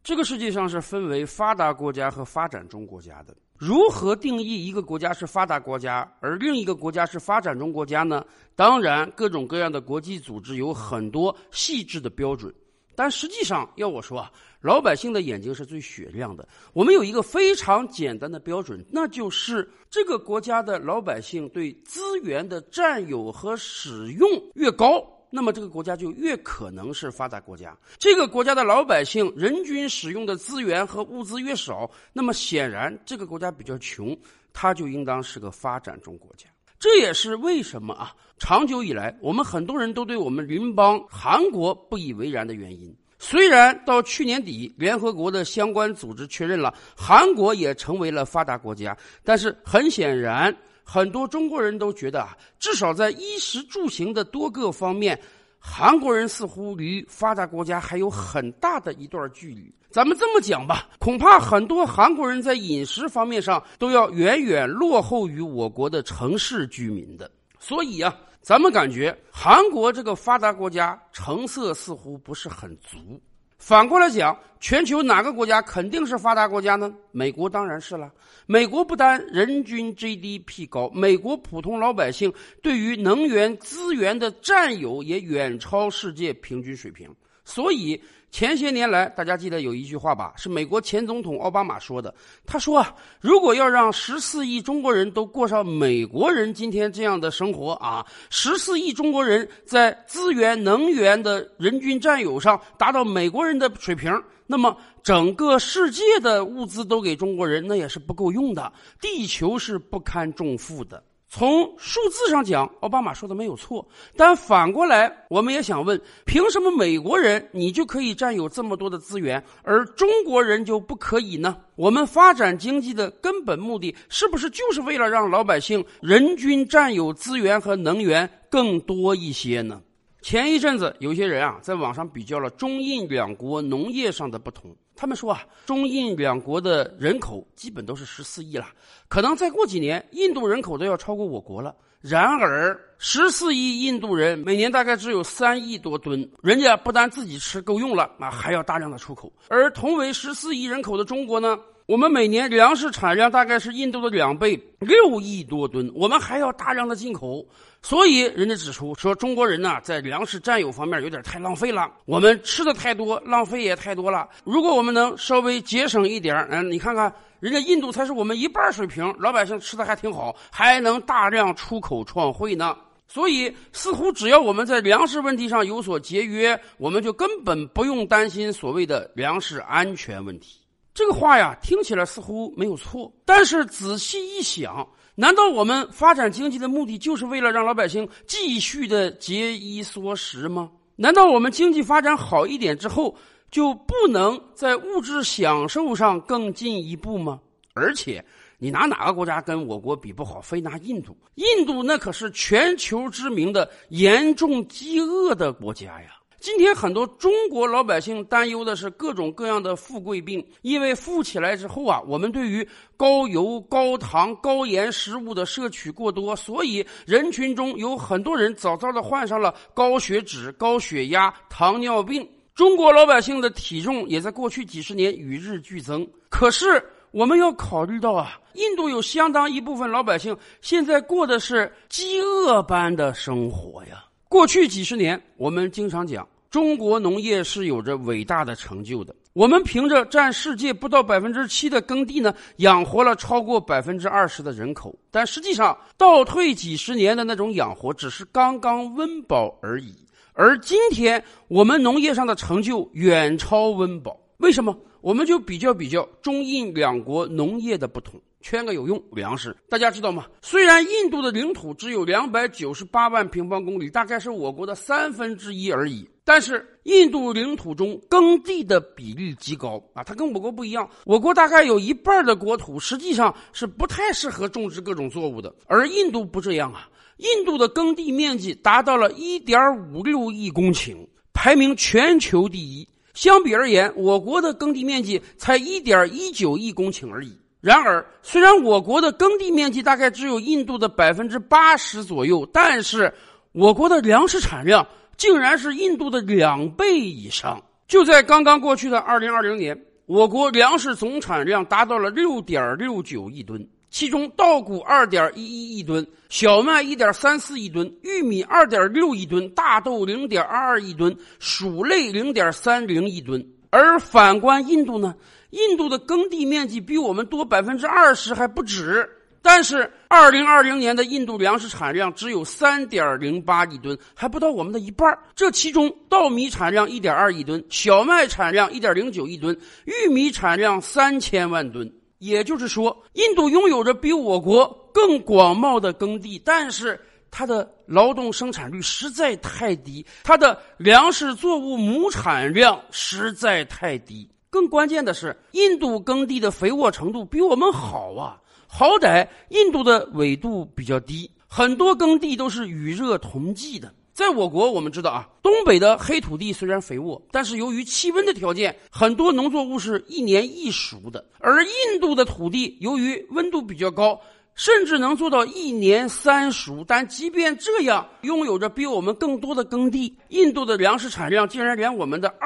这个世界上是分为发达国家和发展中国家的。如何定义一个国家是发达国家，而另一个国家是发展中国家呢？当然，各种各样的国际组织有很多细致的标准，但实际上要我说老百姓的眼睛是最雪亮的。我们有一个非常简单的标准，那就是这个国家的老百姓对资源的占有和使用越高，那么这个国家就越可能是发达国家。这个国家的老百姓人均使用的资源和物资越少，那么显然这个国家比较穷，它就应当是个发展中国家。这也是为什么长久以来我们很多人都对我们邻邦韩国不以为然的原因。虽然到去年底联合国的相关组织确认了韩国也成为了发达国家，但是很显然很多中国人都觉得至少在衣食住行的多个方面，韩国人似乎离发达国家还有很大的一段距离。咱们这么讲吧，恐怕很多韩国人在饮食方面上都要远远落后于我国的城市居民的。所以咱们感觉韩国这个发达国家成色似乎不是很足。反过来讲，全球哪个国家肯定是发达国家呢？美国当然是了。美国不但人均 GDP 高，美国普通老百姓对于能源资源的占有也远超世界平均水平。所以前些年来，大家记得有一句话吧，是美国前总统奥巴马说的。他说如果要让14亿中国人都过上美国人今天这样的生活14亿中国人在资源能源的人均占有上达到美国人的水平，那么整个世界的物资都给中国人，那也是不够用的，地球是不堪重负的。从数字上讲，奥巴马说的没有错，但反过来我们也想问，凭什么美国人你就可以占有这么多的资源，而中国人就不可以呢？我们发展经济的根本目的是不是就是为了让老百姓人均占有资源和能源更多一些呢？前一阵子有些人在网上比较了中印两国农业上的不同。他们说中印两国的人口基本都是14亿了，可能再过几年印度人口都要超过我国了。然而14亿印度人每年大概只有3亿多吨，人家不但自己吃够用了还要大量的出口。而同为14亿人口的中国呢，我们每年粮食产量大概是印度的2倍，6亿多吨，我们还要大量的进口。所以人家指出说，中国人在粮食占有方面有点太浪费了，我们吃的太多，浪费也太多了。如果我们能稍微节省一点，你看看人家印度才是我们1半水平，老百姓吃的还挺好，还能大量出口创汇呢。所以似乎只要我们在粮食问题上有所节约，我们就根本不用担心所谓的粮食安全问题。这个话听起来似乎没有错，但是仔细一想，难道我们发展经济的目的就是为了让老百姓继续的节衣缩食吗？难道我们经济发展好一点之后就不能在物质享受上更进一步吗？而且你拿哪个国家跟我国比不好，非拿印度？印度那可是全球知名的严重饥饿的国家呀。今天很多中国老百姓担忧的是各种各样的富贵病，因为富起来之后我们对于高油、高糖、高盐食物的摄取过多，所以人群中有很多人早早的患上了高血脂、高血压、糖尿病。中国老百姓的体重也在过去几十年与日俱增。可是我们要考虑到印度有相当一部分老百姓现在过的是饥饿般的生活呀。过去几十年我们经常讲中国农业是有着伟大的成就的，我们凭着占世界不到 7% 的耕地养活了超过 20% 的人口。但实际上倒退几十年的那种养活只是刚刚温饱而已，而今天我们农业上的成就远超温饱。为什么？我们就比较中印两国农业的不同。圈个有用，粮食大家知道吗？虽然印度的领土只有298万平方公里，大概是我国的1/3而已，但是印度领土中耕地的比例极高它跟我国不一样。我国大概有1半的国土实际上是不太适合种植各种作物的，而印度不这样印度的耕地面积达到了 1.56 亿公顷，排名全球第一。相比而言，我国的耕地面积才 1.19 亿公顷而已。然而虽然我国的耕地面积大概只有印度的 80% 左右，但是我国的粮食产量竟然是印度的2倍以上。就在刚刚过去的2020年， 我国粮食总产量达到了 6.69 亿吨，其中稻谷 2.11 亿吨，小麦 1.34 亿吨，玉米 2.6 亿吨，大豆 0.22 亿吨，薯类 0.30 亿吨。而反观印度呢，印度的耕地面积比我们多 20% 还不止，但是2020年的印度粮食产量只有 3.08 亿吨，还不到我们的一半。这其中稻米产量 1.2 亿吨，小麦产量 1.09 亿吨，玉米产量3000万吨。也就是说，印度拥有着比我国更广袤的耕地，但是它的劳动生产率实在太低，它的粮食作物亩产量实在太低。更关键的是，印度耕地的肥沃程度比我们好啊，好歹印度的纬度比较低，很多耕地都是与热同济的。在我国我们知道啊，东北的黑土地虽然肥沃，但是由于气温的条件，很多农作物是一年一熟的，而印度的土地由于温度比较高，甚至能做到一年3熟。但即便这样，拥有着比我们更多的耕地，印度的粮食产量竟然连我们的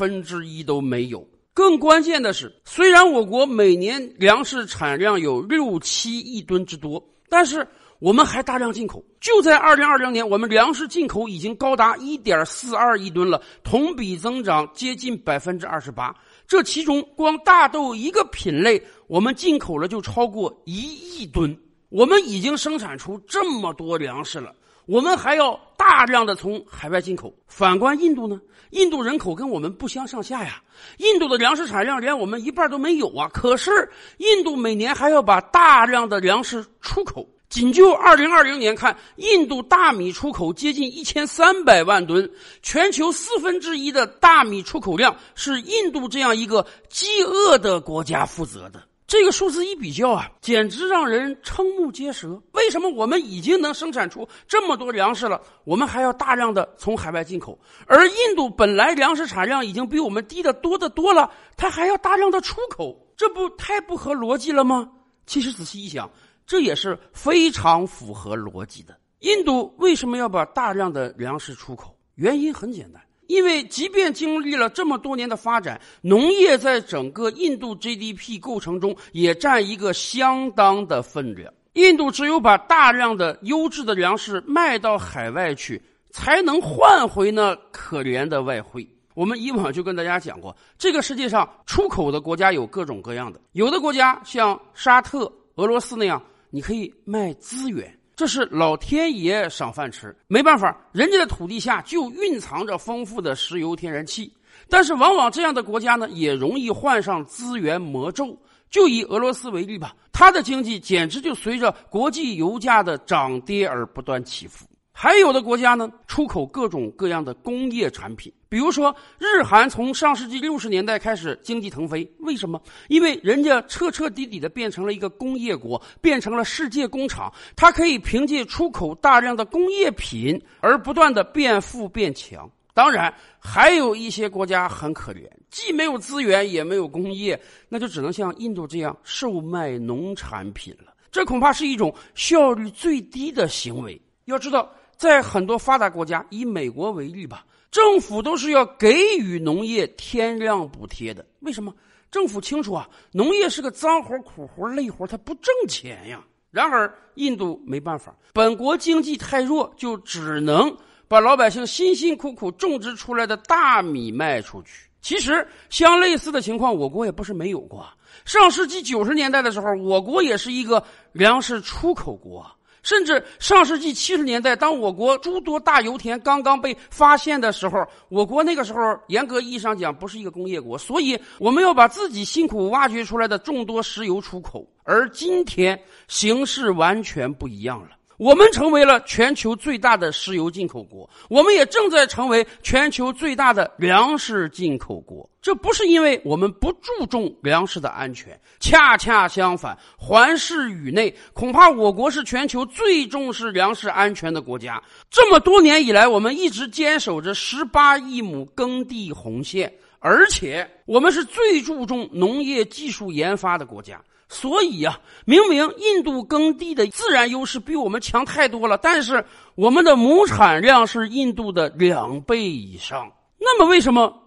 1/2都没有。更关键的是，虽然我国每年粮食产量有6-7亿吨之多，但是我们还大量进口。就在2020年，我们粮食进口已经高达 1.42 亿吨了，同比增长接近 28%。这其中光大豆一个品类，我们进口了就超过1亿吨。我们已经生产出这么多粮食了，我们还要大量的从海外进口。反观印度呢，印度人口跟我们不相上下呀，印度的粮食产量连我们一半都没有啊。可是印度每年还要把大量的粮食出口。仅就2020年看，印度大米出口接近1300万吨，全球1/4的大米出口量是印度这样一个饥饿的国家负责的。这个数字一比较啊，简直让人瞠目结舌。为什么我们已经能生产出这么多粮食了，我们还要大量的从海外进口？而印度本来粮食产量已经比我们低得多得多了，它还要大量的出口，这不太不合逻辑了吗？其实仔细一想，这也是非常符合逻辑的。印度为什么要把大量的粮食出口？原因很简单，因为即便经历了这么多年的发展，农业在整个印度 GDP 构成中也占一个相当的分量。印度只有把大量的优质的粮食卖到海外去，才能换回那可怜的外汇。我们以往就跟大家讲过，这个世界上出口的国家有各种各样的，有的国家像沙特、俄罗斯那样，你可以卖资源，这是老天爷赏饭吃，没办法，人家的土地下就蕴藏着丰富的石油天然气。但是往往这样的国家呢，也容易患上资源魔咒。就以俄罗斯为例吧，它的经济简直就随着国际油价的涨跌而不断起伏。还有的国家呢，出口各种各样的工业产品，比如说日韩从上世纪60年代开始经济腾飞，为什么？因为人家彻彻底底的变成了一个工业国，变成了世界工厂，它可以凭借出口大量的工业品而不断的变富变强。当然还有一些国家很可怜，既没有资源也没有工业，那就只能像印度这样售卖农产品了。这恐怕是一种效率最低的行为。要知道，在很多发达国家，以美国为例吧，政府都是要给予农业天量补贴的。为什么？政府清楚啊，农业是个脏活、苦活、累活，它不挣钱呀。然而印度没办法，本国经济太弱，就只能把老百姓辛辛苦苦种植出来的大米卖出去。其实相类似的情况我国也不是没有过，上世纪90年代的时候，我国也是一个粮食出口国。甚至上世纪70年代，当我国诸多大油田刚刚被发现的时候，我国那个时候严格意义上讲不是一个工业国，所以我们要把自己辛苦挖掘出来的众多石油出口。而今天形势完全不一样了，我们成为了全球最大的石油进口国，我们也正在成为全球最大的粮食进口国。这不是因为我们不注重粮食的安全，恰恰相反，环视宇内，恐怕我国是全球最重视粮食安全的国家。这么多年以来，我们一直坚守着18亿亩耕地红线，而且我们是最注重农业技术研发的国家。所以啊，明明印度耕地的自然优势比我们强太多了，但是我们的亩产量是印度的2倍以上。那么为什么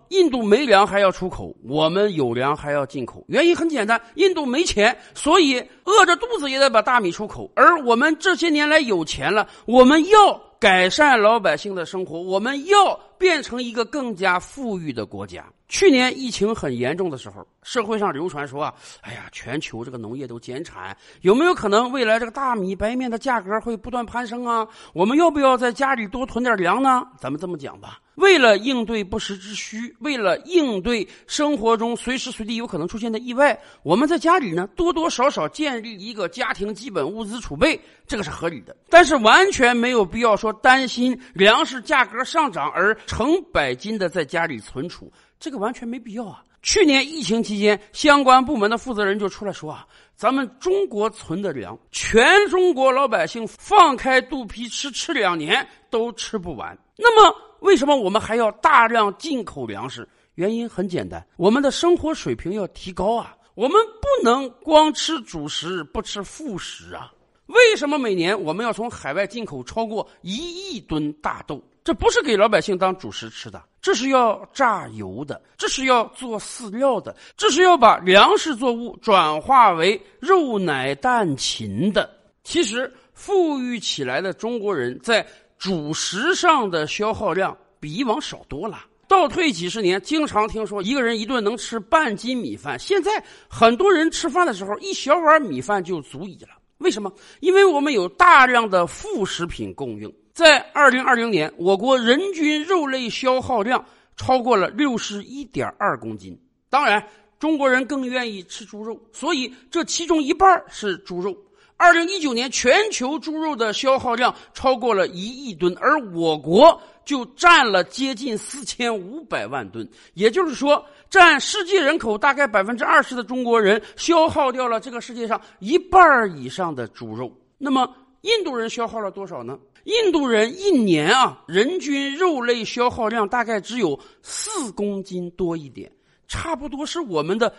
印度没粮还要出口，我们有粮还要进口。原因很简单，印度没钱，所以饿着肚子也得把大米出口。而我们这些年来有钱了，我们要改善老百姓的生活，我们要变成一个更加富裕的国家。去年疫情很严重的时候，社会上流传说全球这个农业都减产，有没有可能未来这个大米白面的价格会不断攀升啊？我们要不要在家里多囤点粮呢？咱们这么讲吧，为了应对不时之需，为了应对生活中随时随地有可能出现的意外，我们在家里呢多多少少建立一个家庭基本物资储备，这个是合理的。但是完全没有必要说担心粮食价格上涨而成百斤的在家里存储，这个完全没必要啊。去年疫情期间，相关部门的负责人就出来说咱们中国存的粮，全中国老百姓放开肚皮吃2年都吃不完。那么为什么我们还要大量进口粮食？原因很简单，我们的生活水平要提高啊，我们不能光吃主食不吃副食啊。为什么每年我们要从海外进口超过1亿吨大豆？这不是给老百姓当主食吃的，这是要榨油的，这是要做饲料的，这是要把粮食作物转化为肉奶蛋禽的。其实富裕起来的中国人在主食上的消耗量比以往少多了。倒退几十年，经常听说一个人一顿能吃半斤米饭，现在很多人吃饭的时候一小碗米饭就足以了。为什么？因为我们有大量的副食品供应。在2020年，我国人均肉类消耗量超过了61.2公斤。当然，中国人更愿意吃猪肉，所以这其中一半是猪肉。2019年全球猪肉的消耗量超过了1亿吨，而我国就占了接近4500万吨。也就是说，占世界人口大概 20% 的中国人消耗掉了这个世界上一半以上的猪肉。那么印度人消耗了多少呢？印度人一年人均肉类消耗量大概只有4公斤多一点，差不多是我们的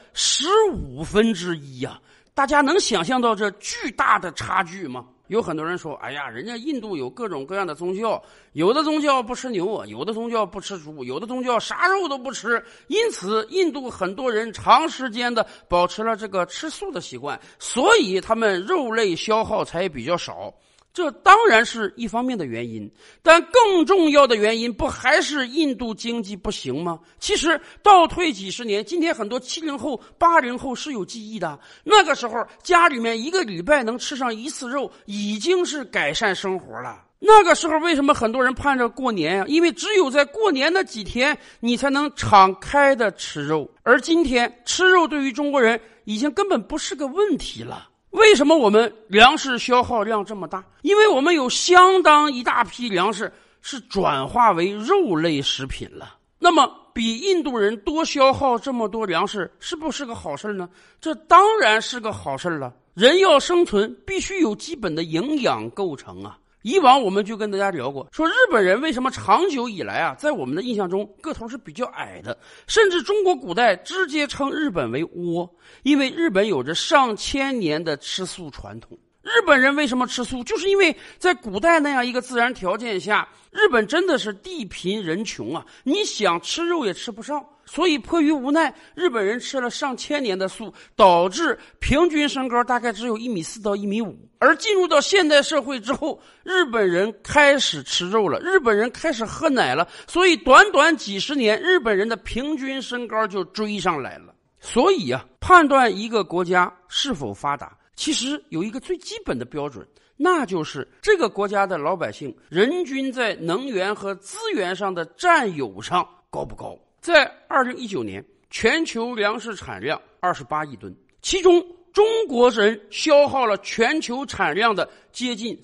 1/15啊。大家能想象到这巨大的差距吗？有很多人说人家印度有各种各样的宗教，有的宗教不吃牛，有的宗教不吃猪，有的宗教啥肉都不吃，因此印度很多人长时间的保持了这个吃素的习惯，所以他们肉类消耗才比较少。这当然是一方面的原因，但更重要的原因不还是印度经济不行吗？其实倒退几十年，今天很多70后、80后是有记忆的，那个时候家里面一个礼拜能吃上1次肉，已经是改善生活了。那个时候为什么很多人盼着过年因为只有在过年的几天你才能敞开的吃肉，而今天吃肉对于中国人已经根本不是个问题了。为什么我们粮食消耗量这么大？因为我们有相当一大批粮食是转化为肉类食品了。那么比印度人多消耗这么多粮食是不是个好事呢？这当然是个好事了。人要生存必须有基本的营养构成啊。以往我们就跟大家聊过，说日本人为什么长久以来在我们的印象中个头是比较矮的，甚至中国古代直接称日本为倭，因为日本有着上千年的吃素传统。日本人为什么吃素？就是因为在古代那样一个自然条件下，日本真的是地贫人穷啊，你想吃肉也吃不上，所以迫于无奈，日本人吃了上千年的素，导致平均身高大概只有1.4米到1.5米。而进入到现代社会之后，日本人开始吃肉了，日本人开始喝奶了，所以短短几十年，日本人的平均身高就追上来了。所以判断一个国家是否发达，其实有一个最基本的标准，那就是这个国家的老百姓人均在能源和资源上的占有上高不高。在2019年，全球粮食产量28亿吨，其中中国人消耗了全球产量的接近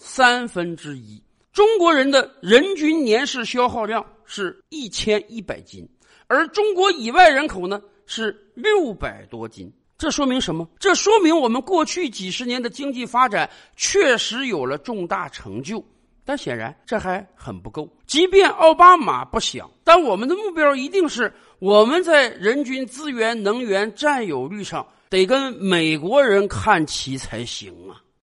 1/3。中国人的人均年市消耗量是1100斤，而中国以外人口呢是600多斤。这说明什么？这说明我们过去几十年的经济发展确实有了重大成就，但显然这还很不够。即便奥巴马不想，但我们的目标一定是我们在人均资源能源占有率上得跟美国人看齐才行啊。